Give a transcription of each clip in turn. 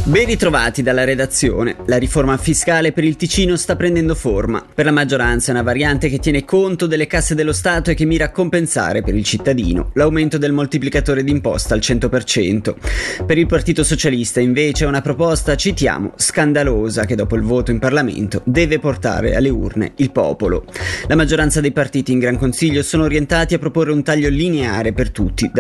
Ben ritrovati dalla redazione. La riforma fiscale per il Ticino sta prendendo forma. Per la maggioranza è una variante che tiene conto delle casse dello Stato e che mira a compensare per il cittadino l'aumento del moltiplicatore d'imposta al 100%. Per il Partito Socialista invece è una proposta, citiamo, scandalosa che dopo il voto in Parlamento deve portare alle urne il popolo. La maggioranza dei partiti in Gran Consiglio sono orientati a proporre un taglio lineare per tutti,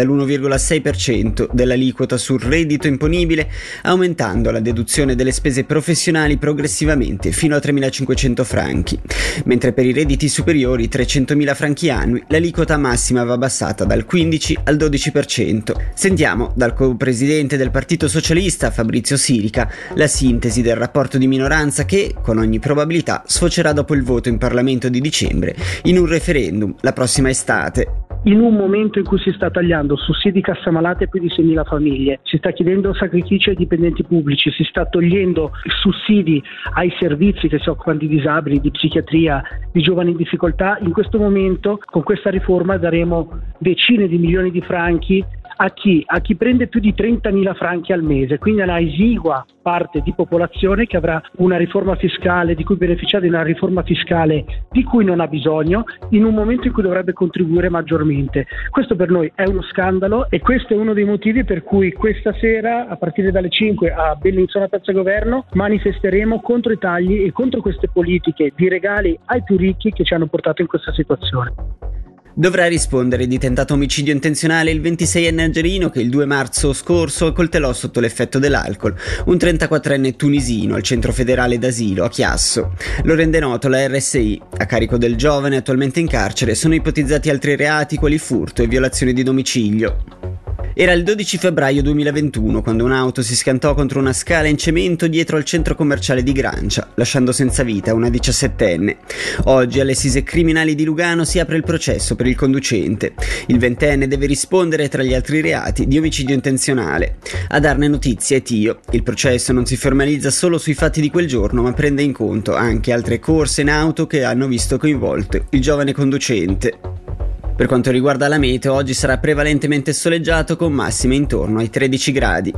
dall'1,6% dell'aliquota sul reddito imponibile, aumentando la deduzione delle spese professionali progressivamente fino a 3.500 franchi, mentre per i redditi superiori 300.000 franchi annui l'aliquota massima va abbassata dal 15 al 12%. Sentiamo dal co-presidente del Partito Socialista, Fabrizio Sirica, la sintesi del rapporto di minoranza che, con ogni probabilità, sfocerà dopo il voto in Parlamento di dicembre in un referendum la prossima estate. In un momento in cui si sta tagliando sussidi cassa malate a più di 6.000 famiglie, si sta chiedendo sacrifici ai dipendenti pubblici, si sta togliendo sussidi ai servizi che si occupano di disabili, di psichiatria, di giovani in difficoltà, in questo momento con questa riforma daremo decine di milioni di franchi a chi prende più di 30.000 franchi al mese, quindi una esigua parte di popolazione che avrà una riforma fiscale di cui beneficiare, di una riforma fiscale di cui non ha bisogno in un momento in cui dovrebbe contribuire maggiormente. Questo per noi è uno scandalo e questo è uno dei motivi per cui questa sera a partire dalle 5 a Bellinzona Piazza Governo manifesteremo contro i tagli e contro queste politiche di regali ai più ricchi che ci hanno portato in questa situazione. Dovrà rispondere di tentato omicidio intenzionale il 26enne algerino che il 2 marzo scorso accoltellò sotto l'effetto dell'alcol un 34enne tunisino al centro federale d'asilo a Chiasso. Lo rende noto la RSI. A carico del giovane attualmente in carcere sono ipotizzati altri reati quali furto e violazione di domicilio. Era il 12 febbraio 2021 quando un'auto si schiantò contro una scala in cemento dietro al centro commerciale di Grancia, lasciando senza vita una 17enne. Oggi alle assise criminali di Lugano si apre il processo per il conducente. Il 20enne deve rispondere tra gli altri reati di omicidio intenzionale. A darne notizia è Tio. Il processo non si formalizza solo sui fatti di quel giorno, ma prende in conto anche altre corse in auto che hanno visto coinvolto il giovane conducente. Per quanto riguarda la meteo, oggi sarà prevalentemente soleggiato con massime intorno ai 13 gradi.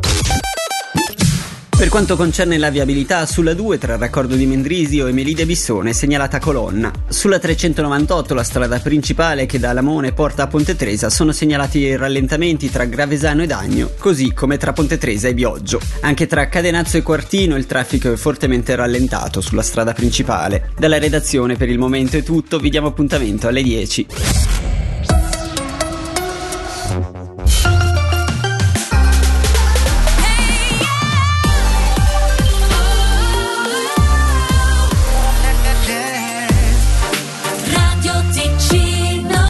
Per quanto concerne la viabilità, sulla 2 tra il raccordo di Mendrisio e Melide Bissone è segnalata colonna. Sulla 398, la strada principale che da Lamone porta a Ponte Tresa, sono segnalati rallentamenti tra Gravesano ed Agno, così come tra Ponte Tresa e Bioggio. Anche tra Cadenazzo e Quartino il traffico è fortemente rallentato sulla strada principale. Dalla redazione per il momento è tutto, vi diamo appuntamento alle 10.